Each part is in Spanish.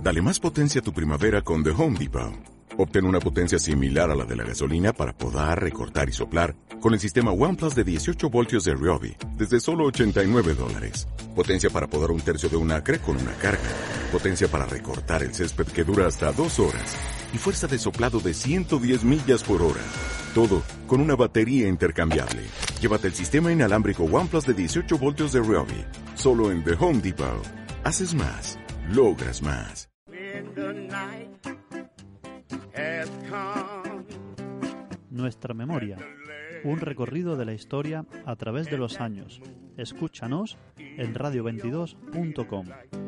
Dale más potencia a tu primavera con The Home Depot. Obtén una potencia similar a la de la gasolina para podar, recortar y soplar con el sistema OnePlus de 18 voltios de Ryobi desde solo $89. Potencia para podar un tercio de un acre con una carga. Potencia para recortar el césped que dura hasta 2 horas. Y fuerza de soplado de 110 millas por hora. Todo con una batería intercambiable. Llévate el sistema inalámbrico OnePlus de 18 voltios de Ryobi. Solo en The Home Depot. Haces más. Logras más. Nuestra memoria, un recorrido de la historia a través de los años. Escúchanos en radio22.com.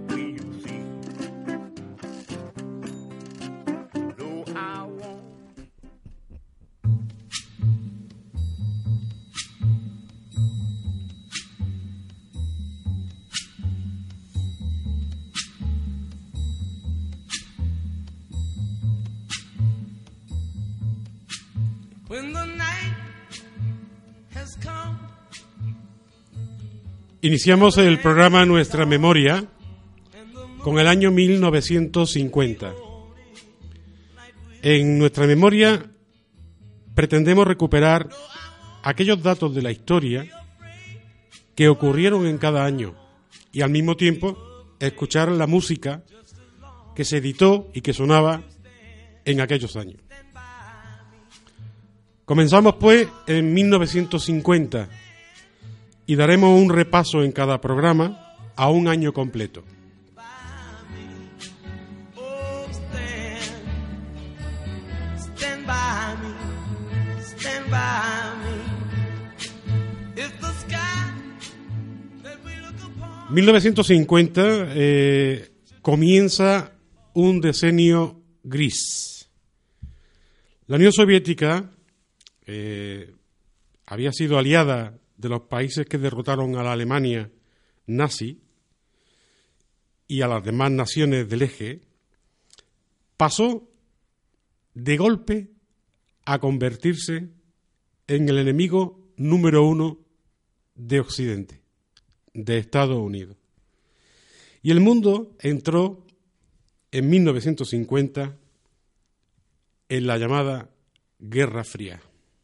Iniciamos el programa Nuestra Memoria con el año 1950. En Nuestra Memoria pretendemos recuperar aquellos datos de la historia que ocurrieron en cada año y al mismo tiempo escuchar la música que se editó y que sonaba en aquellos años. Comenzamos pues en 1950 y daremos un repaso en cada programa a un año completo. En 1950 comienza un decenio gris. La Unión Soviética había sido aliada de los países que derrotaron a la Alemania nazi y a las demás naciones del eje, pasó de golpe a convertirse en el enemigo número 1 de Occidente, de Estados Unidos. Y el mundo entró en 1950 en la llamada Guerra Fría.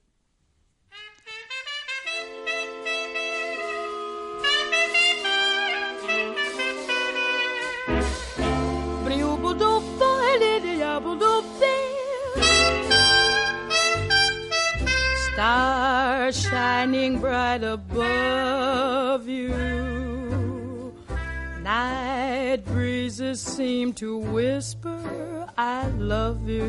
Stars shining bright above you. Night breezes seem to whisper, I love you.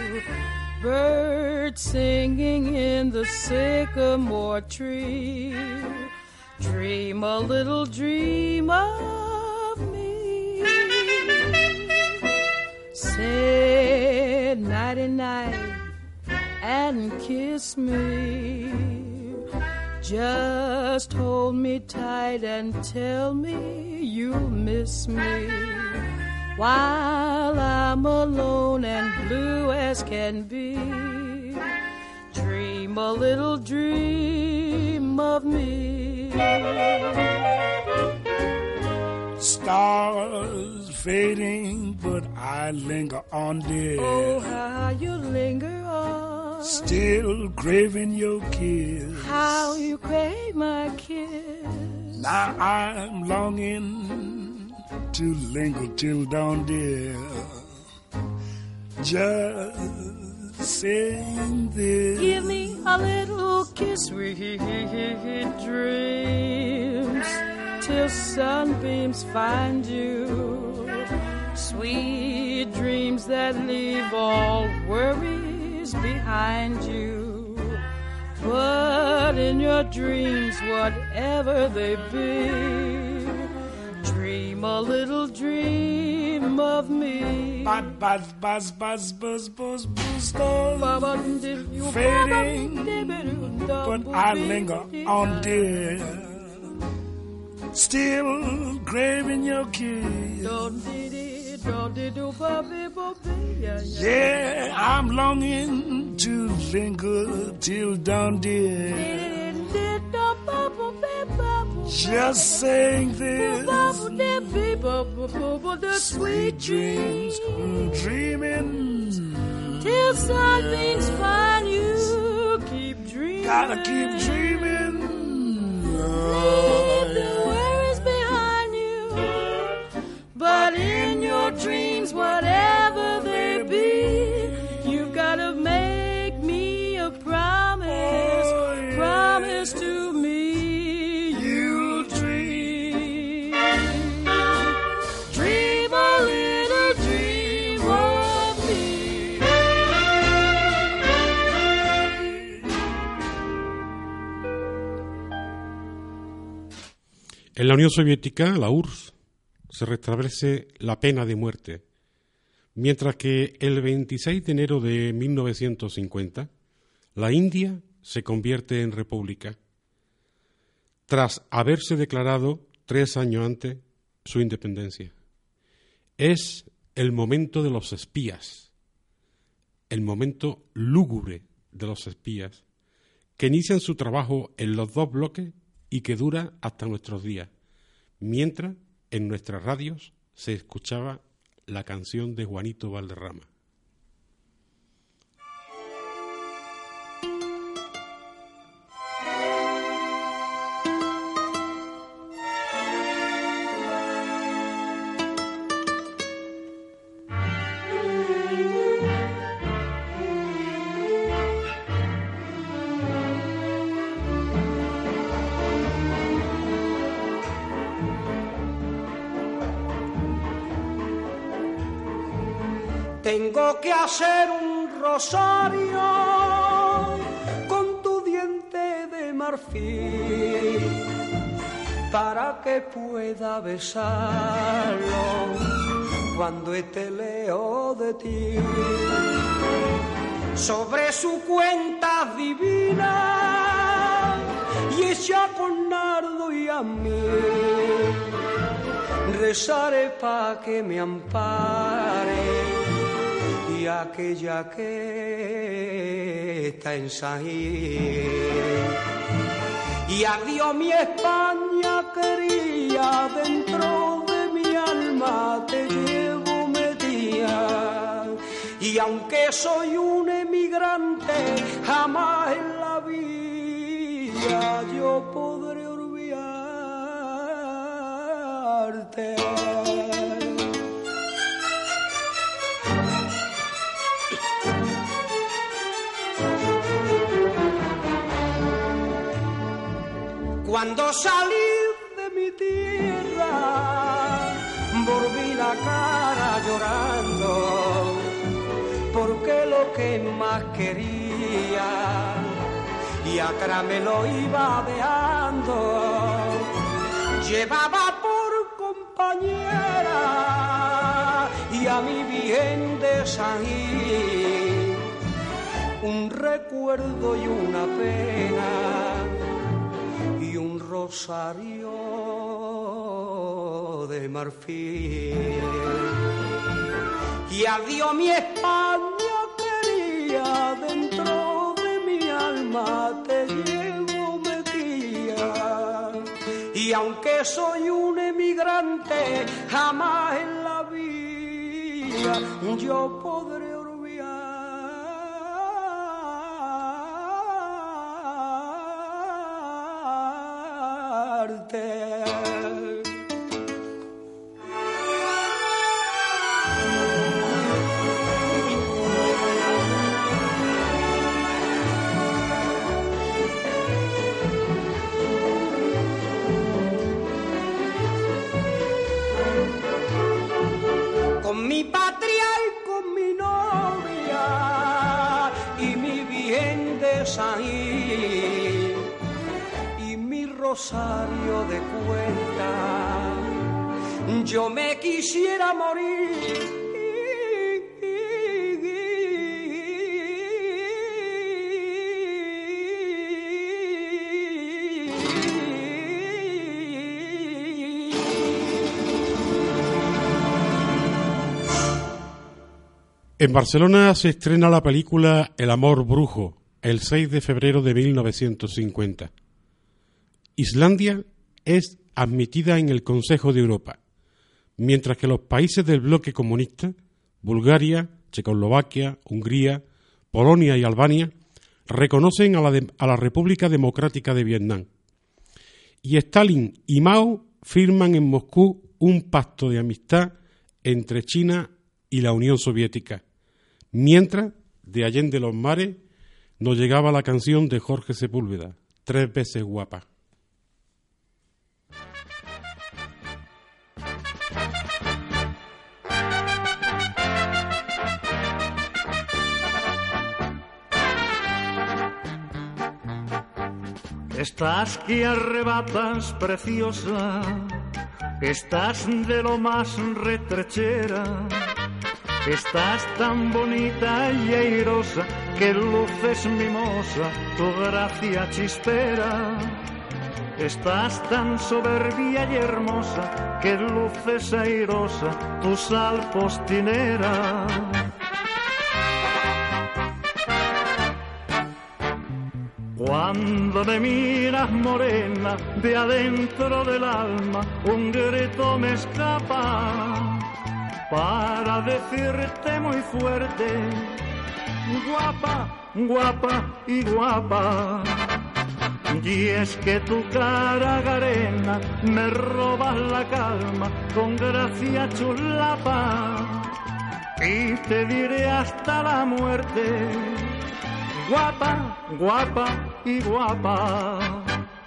Birds singing in the sycamore tree. Dream a little dream of me. Say nighty-night and kiss me. Just hold me tight and tell me you'll miss me. While I'm alone and blue as can be. Dream a little dream of me. Stars fading, but I linger on, dear. Oh, how you linger on. Still craving your kiss. How you crave my kiss. Now I'm longing to linger till dawn, dear. Just saying this. Give me a little kiss, sweet dreams, till sunbeams find you. Sweet dreams that leave all worries behind you. But in your dreams, whatever they be, dream a little dream of me. Buzz, buzz, buzz, buzz, buzz, buzz, stars fading, but I linger on, dear. Still craving your kiss. Yeah, I'm longing to linger till dawn, dear. Just saying this. Sweet dreams something's fine, you keep dreaming. Gotta keep dreaming. Leave the worries behind you. But in your dreams, whatever they be, you've gotta make me a promise. Promise to me you'll dream. Dream a little dream of me. En la Unión Soviética, la URSS, se restablece la pena de muerte, mientras que el 26 de enero de 1950, la India se convierte en república, tras haberse declarado 3 años antes su independencia. Es el momento de los espías, el momento lúgubre de los espías, que inician su trabajo en los 2 bloques y que dura hasta nuestros días, mientras en nuestras radios se escuchaba la canción de Juanito Valderrama. Tengo que hacer un rosario con tu diente de marfil para que pueda besarlo cuando esté lejos de ti. Sobre su cuenta divina y hecha con nardo y a mí, rezaré pa' que me ampare y aquella que está en San Gil. Y adiós mi España quería, dentro de mi alma te llevo metida. Y aunque soy un emigrante, jamás en la vida yo podré olvidarte. Cuando salí de mi tierra, volví la cara llorando, porque lo que más quería, y atrás me lo iba dejando, llevaba por compañera y a mi Virgen de San Gil, un recuerdo y una pena, un rosario de marfil. Y adiós mi España quería, dentro de mi alma te llevo metida. Y aunque soy un emigrante, jamás en la vida yo podré con mi patria y con mi novia y mi Virgen de San Gil y mi rosario de cuenta, yo me quisiera morir. En Barcelona se estrena la película El amor brujo, el 6 de febrero de 1950. Islandia es admitida en el Consejo de Europa, mientras que los países del bloque comunista, Bulgaria, Checoslovaquia, Hungría, Polonia y Albania reconocen a la República Democrática de Vietnam. Y Stalin y Mao firman en Moscú un pacto de amistad entre China y la Unión Soviética, mientras de Allende los mares nos llegaba la canción de Jorge Sepúlveda, 3 veces guapa. Estás que arrebatas, preciosa, estás de lo más retrechera, estás tan bonita y airosa que luces mimosa tu gracia chispera. Estás tan soberbia y hermosa que luces airosa tu sal postinera. Cuando me miras morena, de adentro del alma un grito me escapa para decirte muy fuerte, guapa, guapa y guapa. Y es que tu cara garena me robas la calma con gracia chulapa y te diré hasta la muerte, guapa, guapa y guapa.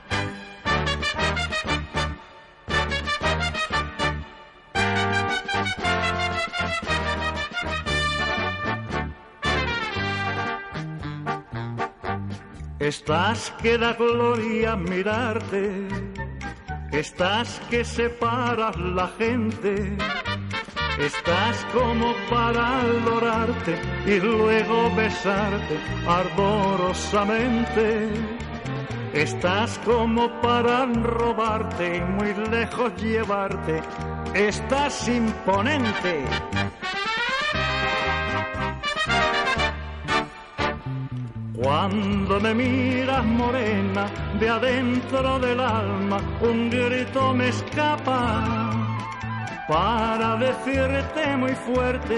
Estás que da gloria mirarte, estás que separas la gente, estás como para adorarte y luego besarte ardorosamente. Estás como para robarte y muy lejos llevarte, estás imponente. Cuando me miras morena, de adentro del alma un grito me escapa para decirte muy fuerte,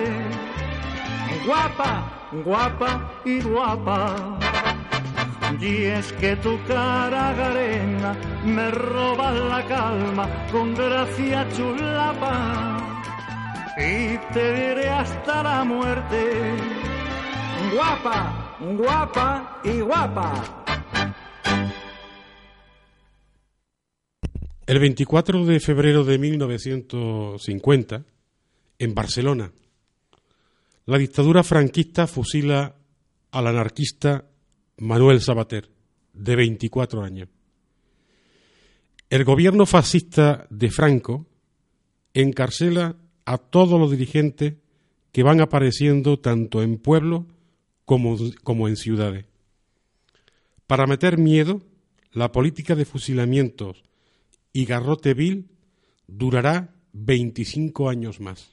guapa, guapa y guapa. Y es que tu cara garena me roba la calma con gracia chulapa y te diré hasta la muerte, guapa, guapa y guapa. El 24 de febrero de 1950, en Barcelona, la dictadura franquista fusila al anarquista Manuel Sabater, de 24 años. El gobierno fascista de Franco encarcela a todos los dirigentes que van apareciendo tanto en pueblos como en ciudades. Para meter miedo, la política de fusilamientos y garrote vil durará 25 años más.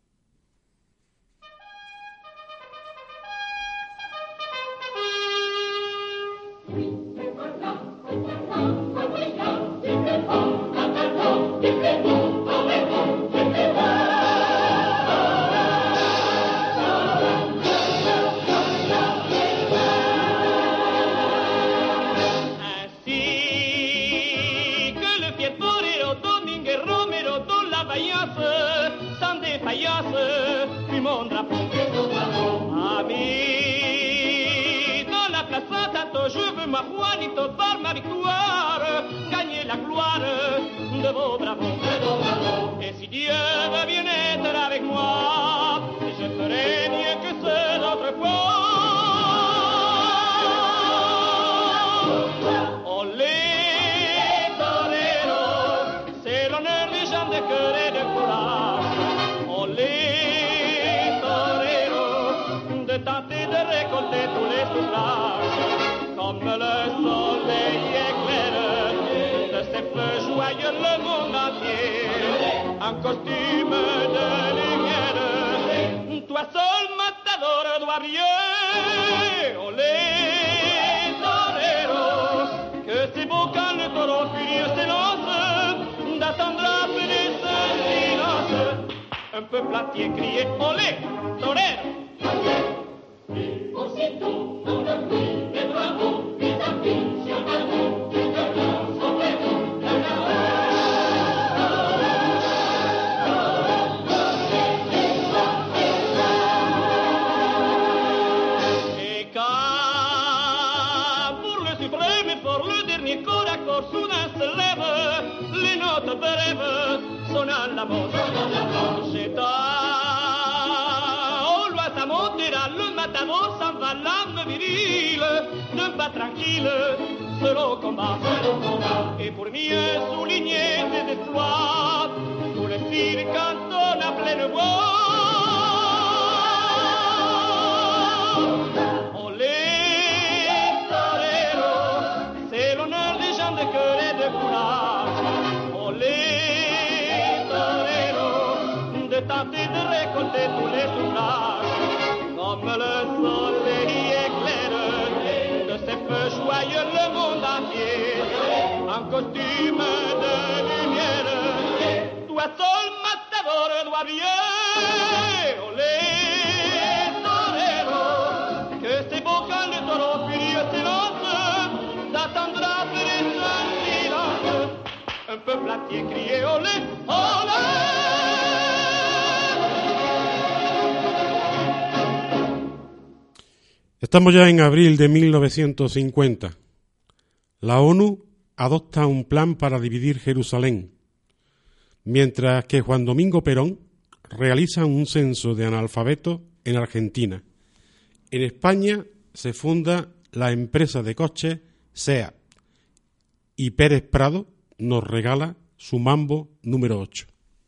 Juanito, par ma victoire, gagner la gloire de vos bravos. Et si Dieu veut bien être avec moi, je ferai mieux que ceux d'autrefois. Olé, torero, c'est l'honneur des gens de cœur et de courage. Olé, torero, de tenter de récolter tous les suffrages. Comme le soleil éclaire de ses feux joyeux le monde entier, en costume de lumière, toi seul matador dois briller. Olé, torero, que c'est beau quand le taureau furieux s'élance, d'attendre plus de silence. Un peu platier crier olé, torero. dans la mode. C'est au loin ça montera le matador s'en va l'âme virile, ne pas tranquille, seul au combat. Et pour mieux souligner ses exploits, tout le cirque cantonne à pleine voix. Tenter de récolter tous les ouvrages, comme le soleil éclaire de ses feux joyeux le monde entier, en costume de lumière. Toi seul, matador, dois bien, olé, torero, que c'est beau quand le taureau furieux s'élance, t'attendra sur un silence, un peuple entier crier olé, olé. Estamos ya en abril de 1950. La ONU adopta un plan para dividir Jerusalén, mientras que Juan Domingo Perón realiza un censo de analfabetos en Argentina. En España se funda la empresa de coches SEAT y Pérez Prado nos regala su Mambo número 8.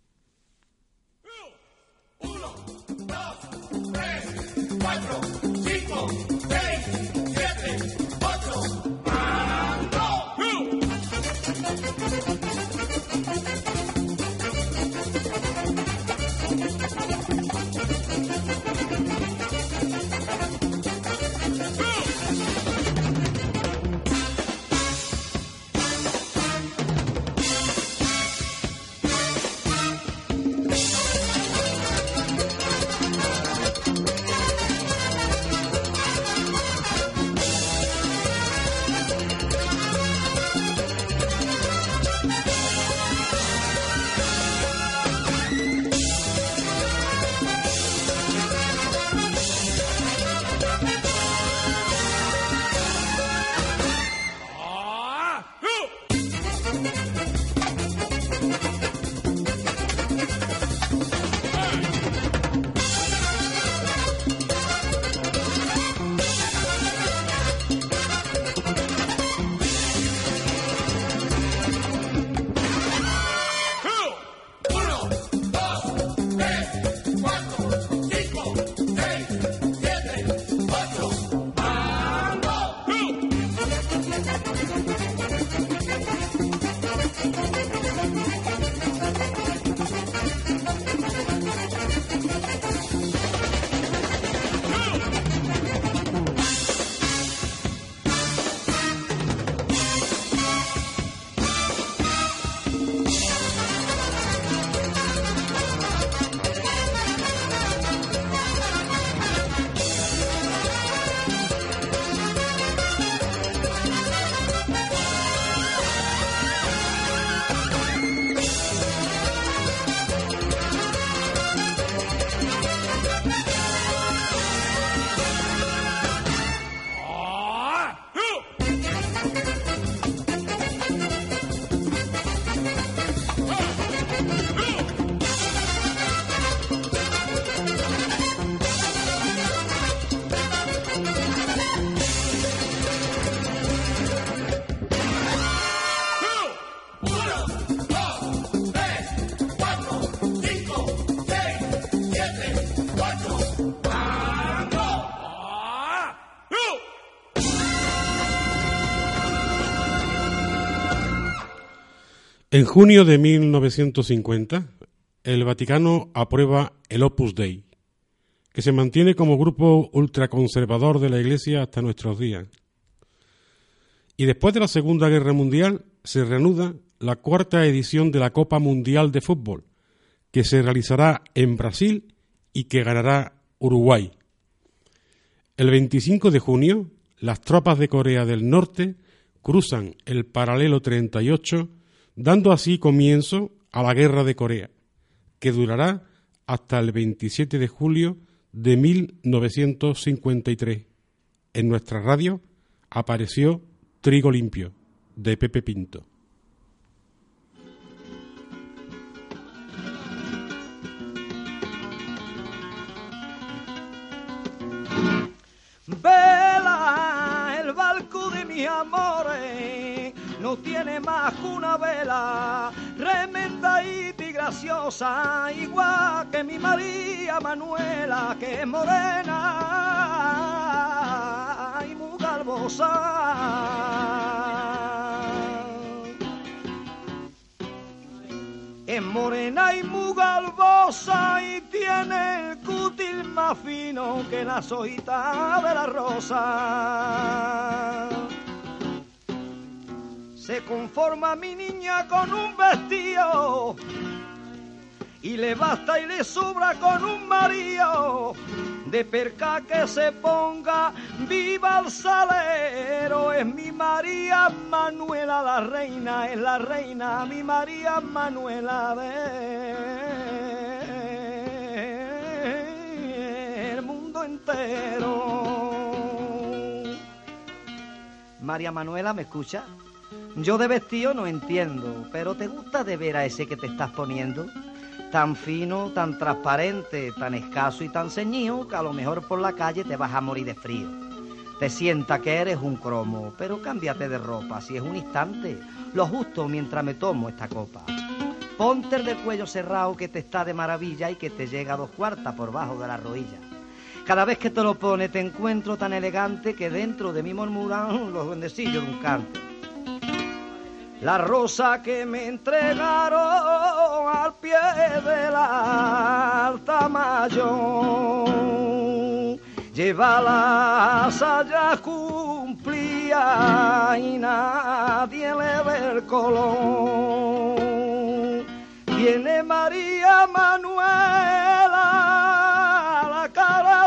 En junio de 1950, el Vaticano aprueba el Opus Dei, que se mantiene como grupo ultraconservador de la Iglesia hasta nuestros días. Y después de la Segunda Guerra Mundial se reanuda la cuarta edición de la Copa Mundial de Fútbol, que se realizará en Brasil y que ganará Uruguay. El 25 de junio, las tropas de Corea del Norte cruzan el paralelo 38, dando así comienzo a la Guerra de Corea, que durará hasta el 27 de julio de 1953. En nuestra radio apareció Trigo Limpio, de Pepe Pinto. mis amores no tiene más que una vela, remendadita y graciosa, igual que mi María Manuela, que es morena y muy galbosa. Es morena y muy galbosa y tiene el cutil más fino que las hojitas de la rosa. Se conforma mi niña con un vestido y le basta y le sobra con un marido. De perca que se ponga, viva el salero, es mi María Manuela la reina, es la reina mi María Manuela del mundo entero. María Manuela, ¿me escucha? Yo de vestido no entiendo, pero ¿te gusta de ver a ese que te estás poniendo? Tan fino, tan transparente, tan escaso y tan ceñido que a lo mejor por la calle te vas a morir de frío. Te sienta que eres un cromo, pero cámbiate de ropa, si es un instante, lo justo mientras me tomo esta copa. Ponte el del cuello cerrado que te está de maravilla y que te llega a 2/4 por bajo de la rodilla. Cada vez que te lo pones te encuentro tan elegante que dentro de mí murmuran los duendecillos de un canto. La rosa que me entregaron al pie de la alta mayor, lleva la saya cumplía y nadie le ve el color. Viene María Manuela, la cara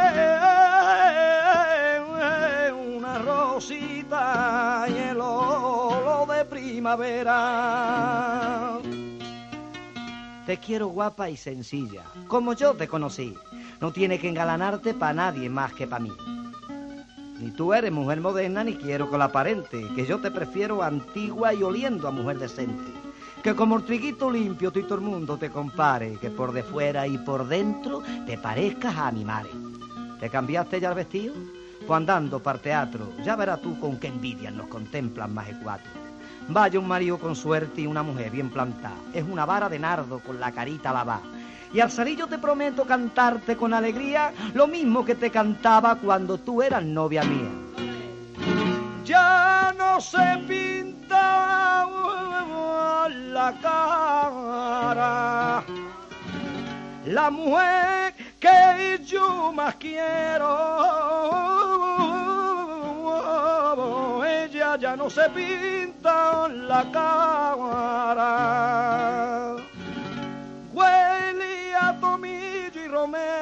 de una rosita y el olo de primavera. Te quiero guapa y sencilla, como yo te conocí. No tiene que engalanarte pa' nadie más que pa' mí. Ni tú eres mujer moderna ni quiero que la aparente, que yo te prefiero antigua y oliendo a mujer decente. Que como el triguito limpio tú y todo el mundo te compare, que por de fuera y por dentro te parezcas a mi madre. ¿Te cambiaste ya el vestido? Pues andando para teatro, ya verás tú con qué envidia nos contemplan más de 4. Vaya un marido con suerte y una mujer bien plantada, es una vara de nardo con la carita lavada. Y al salir yo te prometo cantarte con alegría lo mismo que te cantaba cuando tú eras novia mía. Ya no se pinta la cara la mujer que yo más quiero, ella ya no se pinta la cara. Huele a tomillo y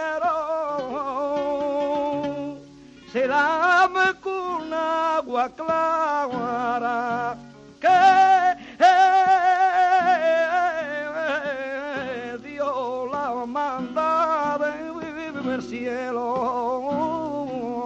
romero, se lame con agua clara, que Dios la manda del cielo.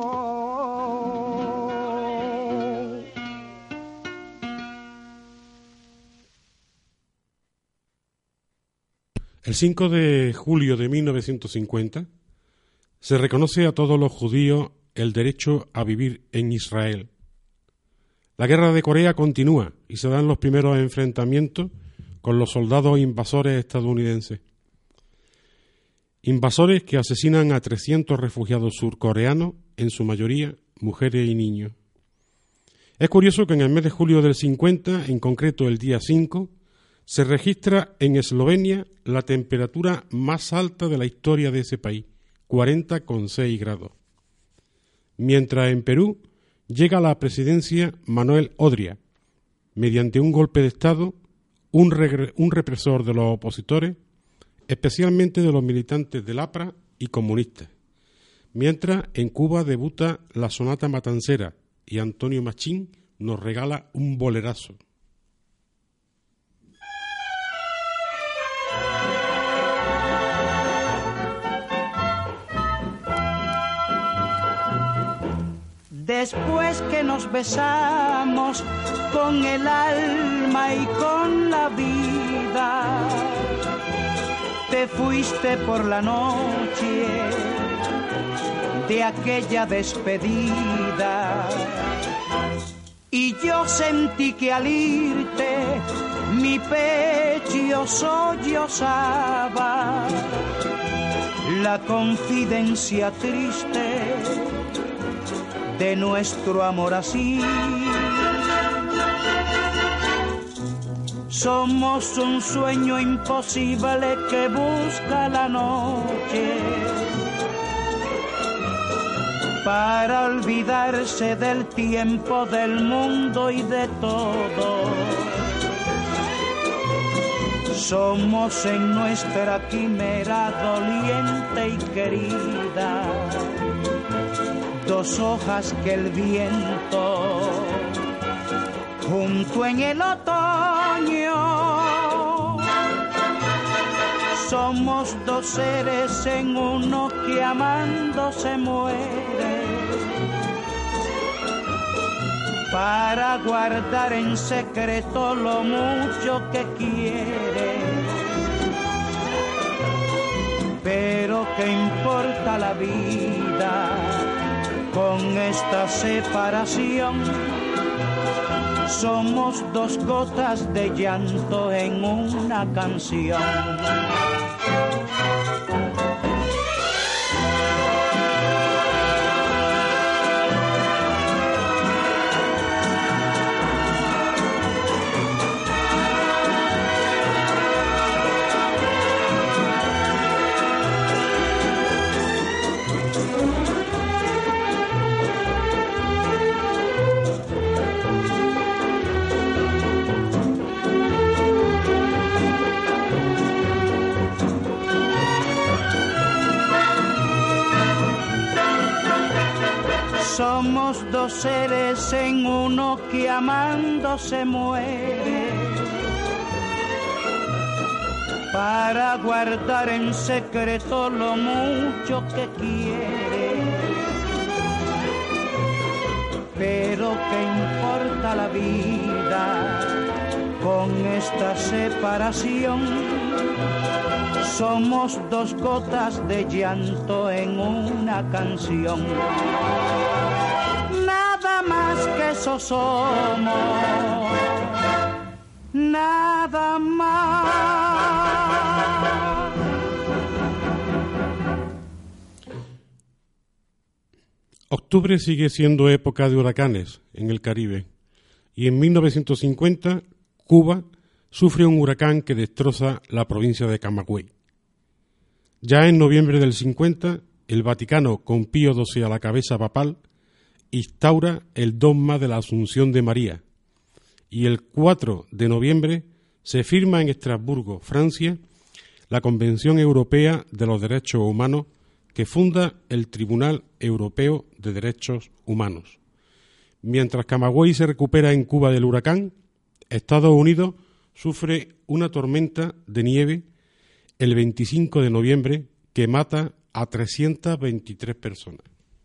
El 5 de julio de 1950 se reconoce a todos los judíos el derecho a vivir en Israel. La guerra de Corea continúa y se dan los primeros enfrentamientos con los soldados invasores estadounidenses. Invasores que asesinan a 300 refugiados surcoreanos, en su mayoría mujeres y niños. Es curioso que en el mes de julio del 50, en concreto el día 5, se registra en Eslovenia la temperatura más alta de la historia de ese país, 40,6 grados. Mientras en Perú llega a la presidencia Manuel Odria, mediante un golpe de Estado, un represor de los opositores, especialmente de los militantes del APRA y comunistas. Mientras en Cuba debuta la sonata matancera y Antonio Machín nos regala un bolerazo. Después que nos besamos con el alma y con la vida, te fuiste por la noche de aquella despedida. y yo sentí que al irte mi pecho sollozaba la confidencia triste de nuestro amor así. Somos un sueño imposible que busca la noche para olvidarse del tiempo, del mundo y de todo. Somos en nuestra quimera doliente y querida dos hojas que el viento junto en el otoño. Somos dos seres en uno que amando se muere para guardar en secreto lo mucho que quiere. Pero ¿qué importa la vida con esta separación? Somos dos gotas de llanto en una canción. Somos dos seres en uno que amando se muere para guardar en secreto lo mucho que quiere. Pero ¿qué importa la vida con esta separación? Somos dos gotas de llanto en una canción. Nada más que eso somos, nada más. Octubre sigue siendo época de huracanes en el Caribe y en 1950 Cuba sufre un huracán que destroza la provincia de Camagüey. Ya en noviembre del 50, el Vaticano, con Pío XII a la cabeza papal, instaura el dogma de la Asunción de María y el 4 de noviembre se firma en Estrasburgo, Francia, la Convención Europea de los Derechos Humanos que funda el Tribunal Europeo de Derechos Humanos. Mientras Camagüey se recupera en Cuba del huracán, Estados Unidos sufre una tormenta de nieve el 25 de noviembre que mata a 323 personas.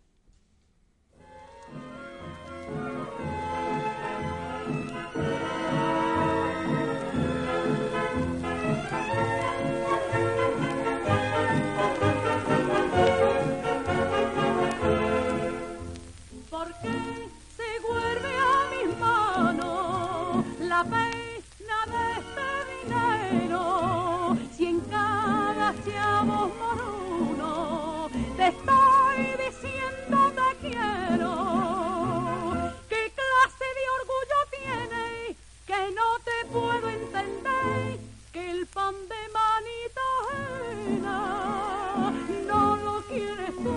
Te estoy diciendo te quiero. ¿Qué clase de orgullo tienes que no te puedo entender? Que el pan de manita ajena no lo quieres tú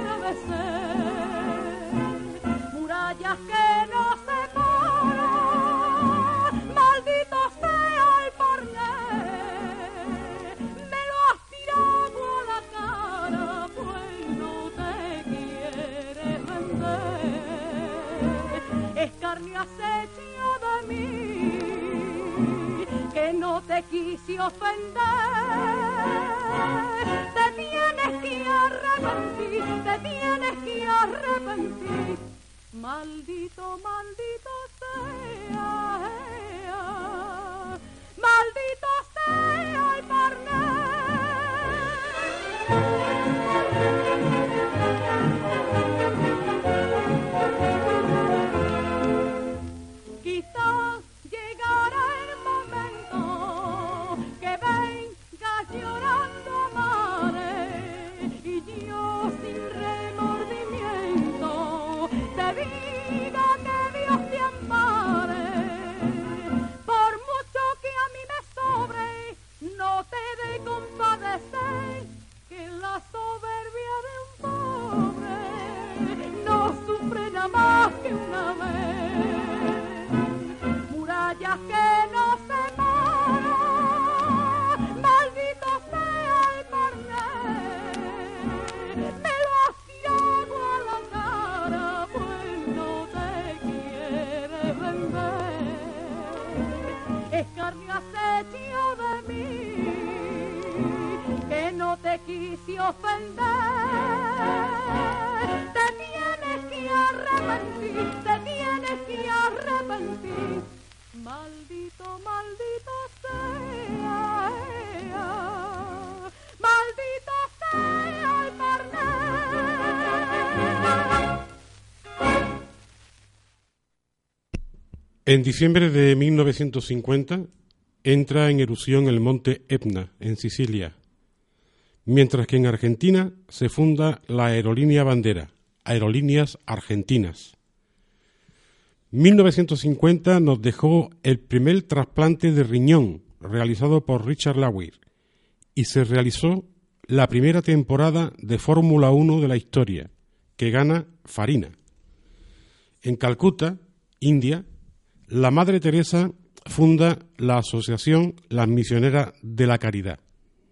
agradecer. Murallas que no separan, maldito sea el porqué. Me lo has tirado a la cara, pues no te quieres vender. Escarnio has hecho de mí, que no te quise ofender. Te tienes que arrepentir, te tienes que arrepentir. Maldito, maldito sea, maldito sea el En diciembre de 1950 entra en erupción el monte Etna, en Sicilia, mientras que en Argentina se funda la aerolínea bandera, Aerolíneas Argentinas. 1950 nos dejó el primer trasplante de riñón realizado por Richard Lawler y se realizó la primera temporada de Fórmula 1 de la historia, que gana Farina. En Calcuta, India, la Madre Teresa funda la asociación Las Misioneras de la Caridad.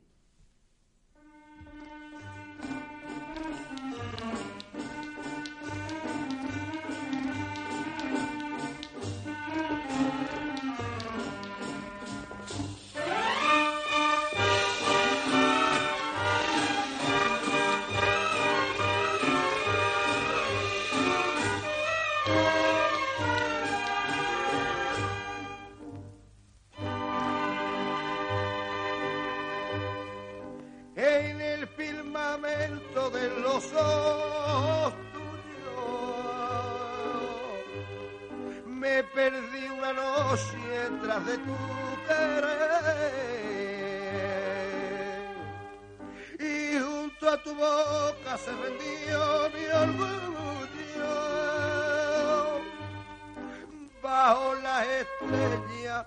En el firmamento de los ojos tuyos me perdí una noche tras de tu querer y junto a tu boca se vendió mi orgullo bajo la estrella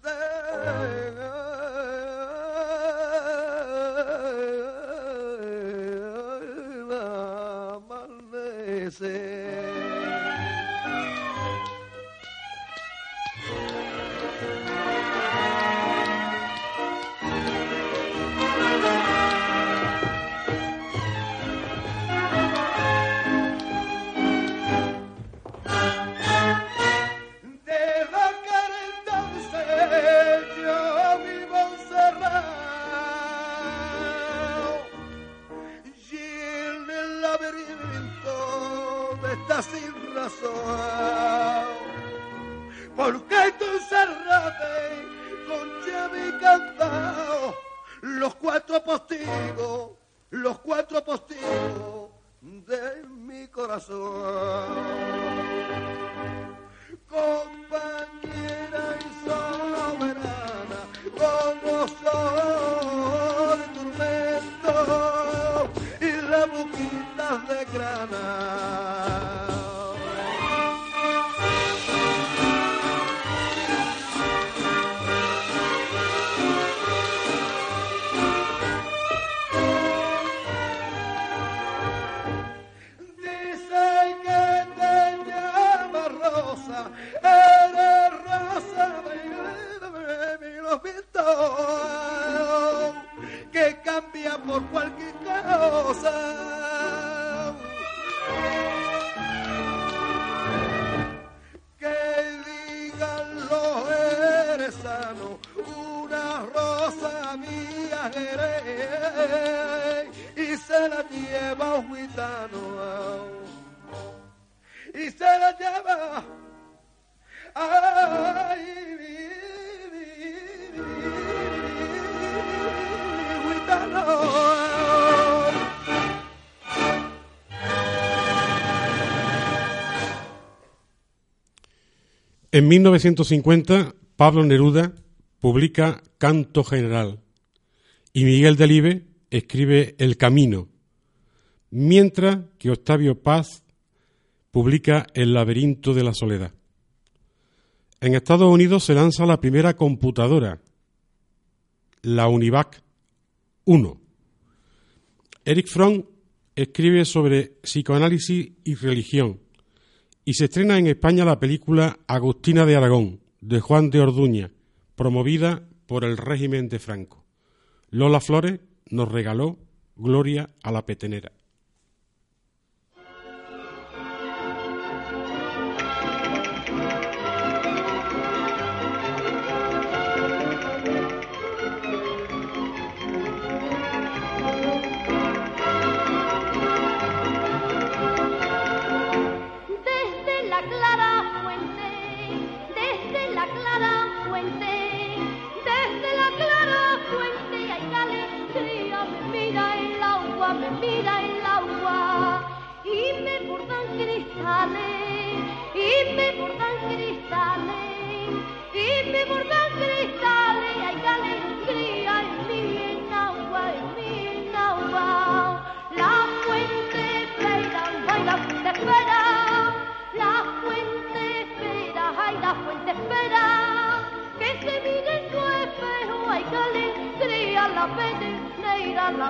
sin razón, porque tú cerraste con llave y candado los cuatro postigos de mi corazón. Compañera y soberana, como sol de tormento y las boquitas de grana. Eres rosa de los vientos que cambia por cualquier cosa. Que digan los jerezanos, una rosa mía eres, y se la lleva un gitano, y se la lleva. Ay, gitano. En 1950, Pablo Neruda publica Canto General y Miguel Delibes escribe El Camino, mientras que Octavio Paz publica El laberinto de la soledad. En Estados Unidos se lanza la primera computadora, la Univac 1. Erich Fromm escribe sobre psicoanálisis y religión y se estrena en España la película Agustina de Aragón, de Juan de Orduña, promovida por el régimen de Franco. Lola Flores nos regaló Gloria a la Petenera. Mira el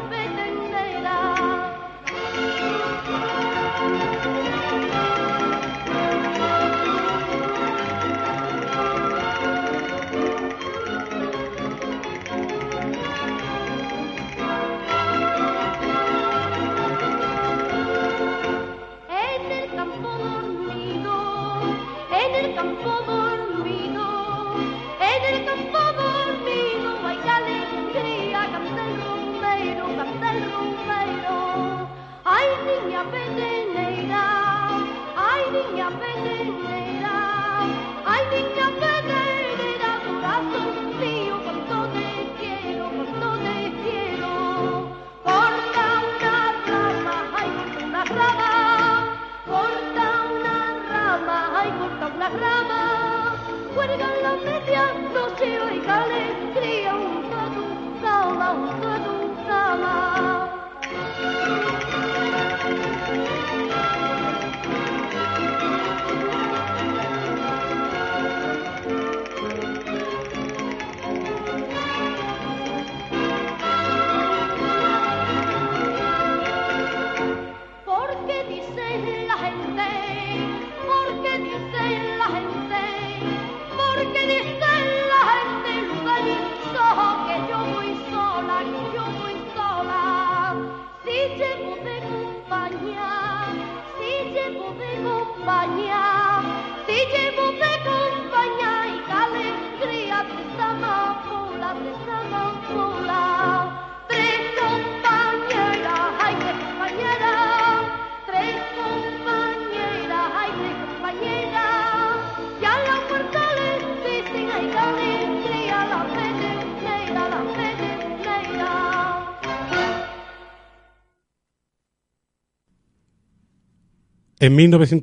En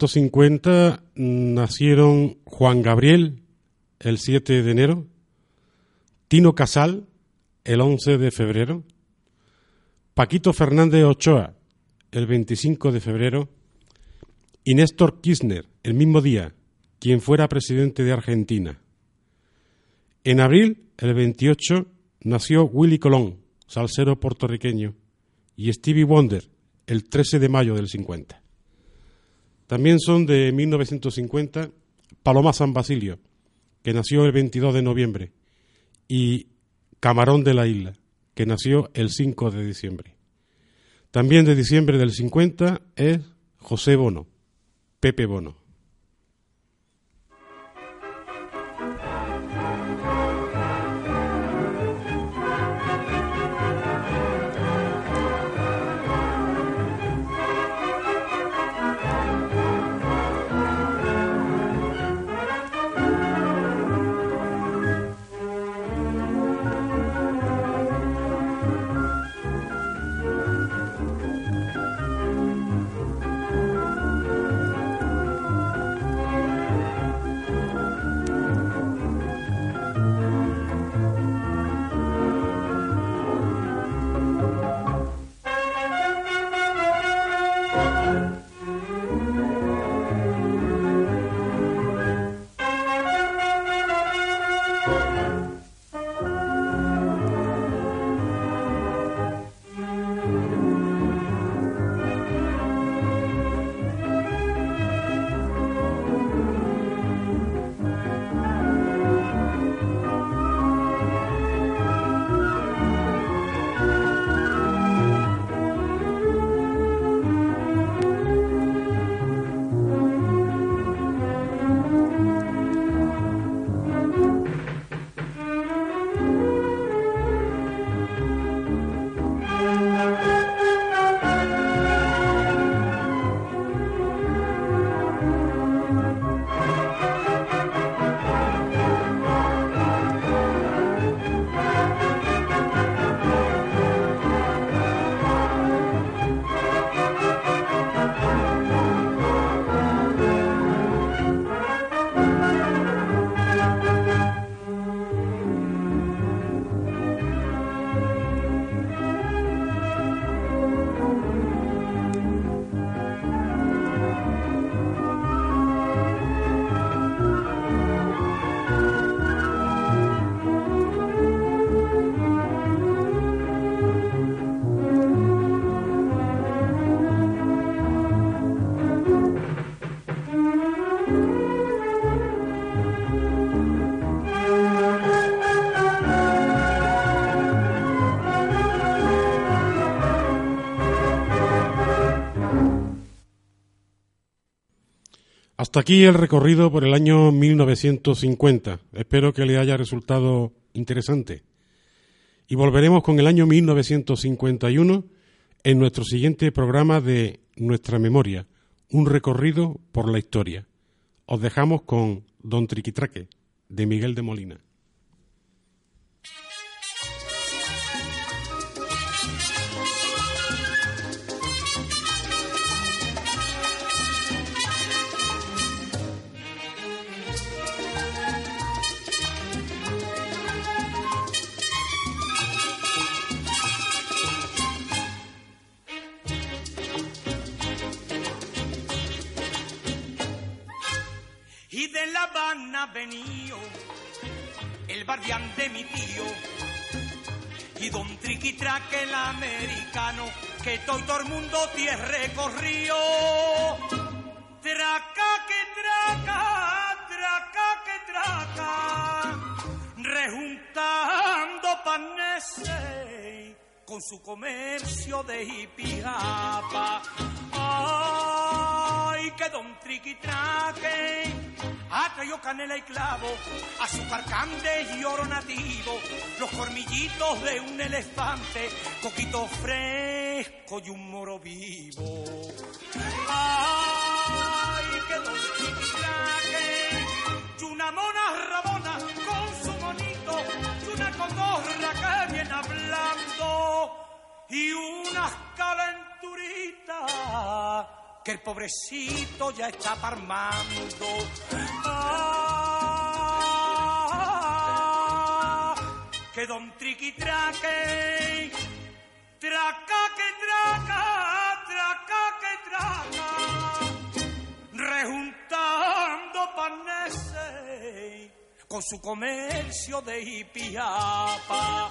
1950 nacieron Juan Gabriel, el 7 de enero, Tino Casal, el 11 de febrero, Paquito Fernández Ochoa, el 25 de febrero, y Néstor Kirchner, el mismo día, quien fuera presidente de Argentina. En abril, el 28, nació Willy Colón, salsero puertorriqueño, y Stevie Wonder, el 13 de mayo del 50. También son de 1950 Paloma San Basilio, que nació el 22 de noviembre, y Camarón de la Isla, que nació el 5 de diciembre. También de diciembre del 50 es José Bono, Pepe Bono. Hasta aquí el recorrido por el año 1950. Espero que le haya resultado interesante. Y volveremos con el año 1951 en nuestro siguiente programa de Nuestra Memoria, un recorrido por la historia. Os dejamos con Don Triquitraque, de Miguel de Molina. Venido el barbián de mi tío y Don Triquitraque el americano que todo el mundo tiene recorrido. Traca que traca, rejuntando paneses con su comercio de hipiapa. Ay, que Don Triquitraque ha traído canela y clavo, azúcar cande y oro nativo, los cormillitos de un elefante, coquito fresco y un moro vivo. Ay, que Don Triquitraque, y una mona rabona con su monito, y una cotorra que viene hablando, y unas calenturitas que el pobrecito ya está parmando. Que Don Triquitraque, traca que traca, rejuntando paneses con su comercio de hipiapa.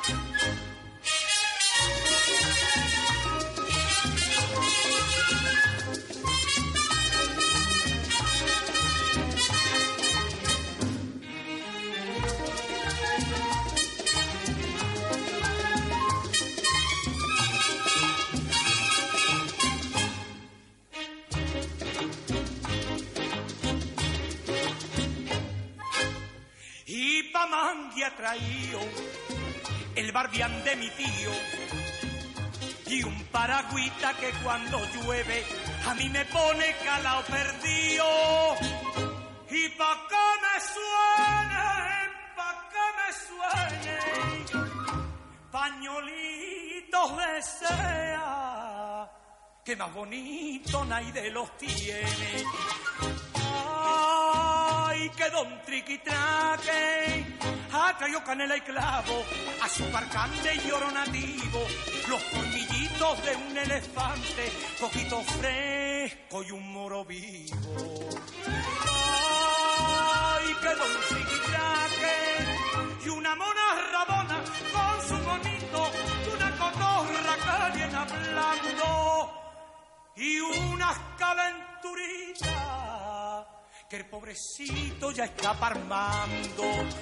Mangue ha traído el barbián de mi tío y un paragüita que cuando llueve a mí me pone calao perdido. Y pa' que me suene, pañolitos de sea, que más bonito nadie los tiene. Ay, que Don Triquitraque ha traído canela y clavo, azúcar cande y oro nativo, los cornillitos de un elefante, coquito fresco y un moro vivo. Ay, que Don Triquitraque, y una mona rabona con su monito, y una cotorra que viene hablando, y unas calenturitas que el pobrecito ya está parmando.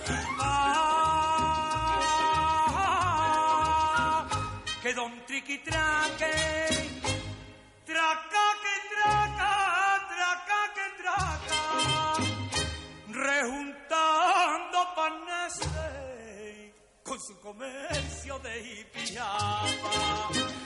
Que Don Triquitraque, traca que traca, rejuntando paneses con su comercio de hipiapa.